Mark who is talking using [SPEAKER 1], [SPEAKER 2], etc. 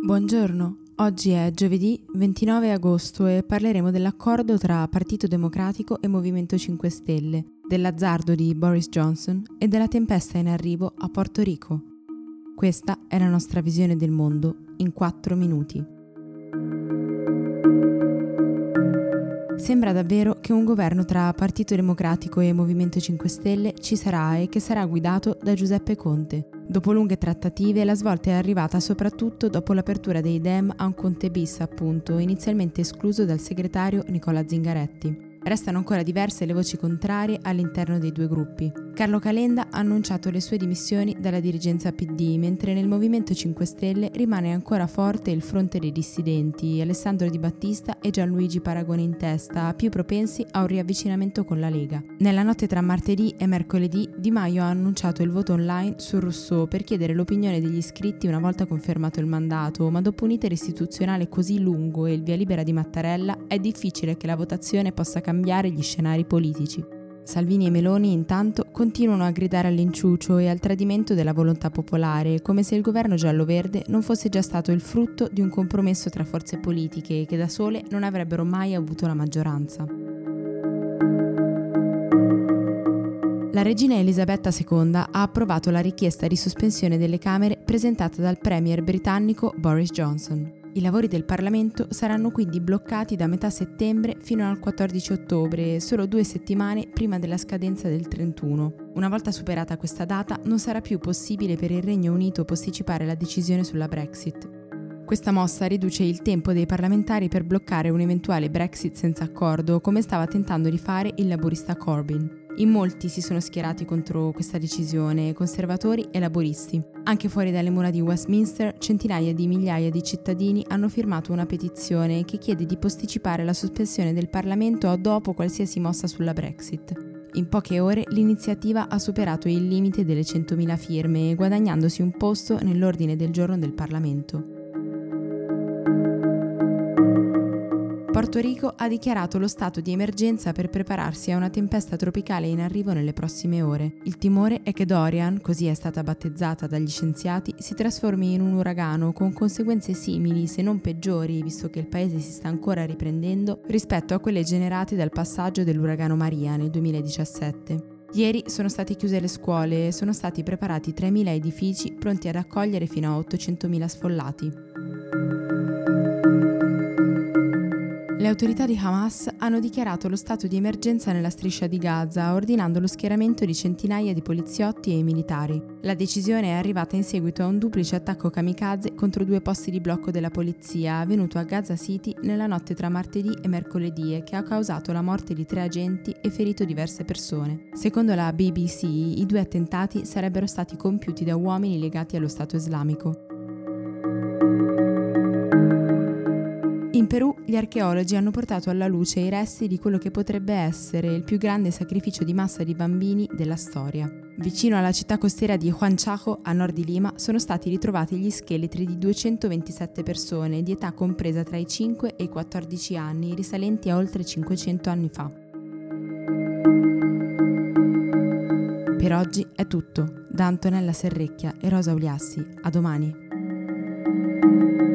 [SPEAKER 1] Buongiorno, oggi è giovedì 29 agosto e parleremo dell'accordo tra Partito Democratico e Movimento 5 Stelle, dell'azzardo di Boris Johnson e della tempesta in arrivo a Porto Rico. Questa è la nostra visione del mondo in 4 minuti. Sembra davvero che un governo tra Partito Democratico e Movimento 5 Stelle ci sarà e che sarà guidato da Giuseppe Conte. Dopo lunghe trattative, la svolta è arrivata soprattutto dopo l'apertura dei Dem a un Conte bis, appunto, inizialmente escluso dal segretario Nicola Zingaretti. Restano ancora diverse le voci contrarie all'interno dei due gruppi. Carlo Calenda ha annunciato le sue dimissioni dalla dirigenza PD, mentre nel Movimento 5 Stelle rimane ancora forte il fronte dei dissidenti, Alessandro Di Battista e Gianluigi Paragone in testa, più propensi a un riavvicinamento con la Lega. Nella notte tra martedì e mercoledì, Di Maio ha annunciato il voto online su Rousseau per chiedere l'opinione degli iscritti una volta confermato il mandato, ma dopo un iter istituzionale così lungo e il via libera di Mattarella, è difficile che la votazione possa cambiare gli scenari politici. Salvini e Meloni intanto continuano a gridare all'inciucio e al tradimento della volontà popolare, come se il governo giallo-verde non fosse già stato il frutto di un compromesso tra forze politiche che da sole non avrebbero mai avuto la maggioranza. La regina Elisabetta II ha approvato la richiesta di sospensione delle Camere presentata dal premier britannico Boris Johnson. I lavori del Parlamento saranno quindi bloccati da metà settembre fino al 14 ottobre, solo 2 settimane prima della scadenza del 31. Una volta superata questa data, non sarà più possibile per il Regno Unito posticipare la decisione sulla Brexit. Questa mossa riduce il tempo dei parlamentari per bloccare un eventuale Brexit senza accordo, come stava tentando di fare il laburista Corbyn. In molti si sono schierati contro questa decisione, conservatori e laburisti. Anche fuori dalle mura di Westminster, centinaia di migliaia di cittadini hanno firmato una petizione che chiede di posticipare la sospensione del Parlamento a dopo qualsiasi mossa sulla Brexit. In poche ore l'iniziativa ha superato il limite delle 100.000 firme, guadagnandosi un posto nell'ordine del giorno del Parlamento. Porto Rico ha dichiarato lo stato di emergenza per prepararsi a una tempesta tropicale in arrivo nelle prossime ore. Il timore è che Dorian, così è stata battezzata dagli scienziati, si trasformi in un uragano con conseguenze simili, se non peggiori, visto che il paese si sta ancora riprendendo, rispetto a quelle generate dal passaggio dell'uragano Maria nel 2017. Ieri sono state chiuse le scuole e sono stati preparati 3.000 edifici pronti ad accogliere fino a 800.000 sfollati. Le autorità di Hamas hanno dichiarato lo stato di emergenza nella striscia di Gaza, ordinando lo schieramento di centinaia di poliziotti e militari. La decisione è arrivata in seguito a un duplice attacco kamikaze contro 2 posti di blocco della polizia avvenuto a Gaza City nella notte tra martedì e mercoledì e che ha causato la morte di 3 agenti e ferito diverse persone. Secondo la BBC, i 2 attentati sarebbero stati compiuti da uomini legati allo Stato islamico. In Perù gli archeologi hanno portato alla luce i resti di quello che potrebbe essere il più grande sacrificio di massa di bambini della storia. Vicino alla città costiera di Huanchaco, a nord di Lima, sono stati ritrovati gli scheletri di 227 persone di età compresa tra i 5 e i 14 anni, risalenti a oltre 500 anni fa. Per oggi è tutto. Da Antonella Serrecchia e Rosa Uliassi. A domani.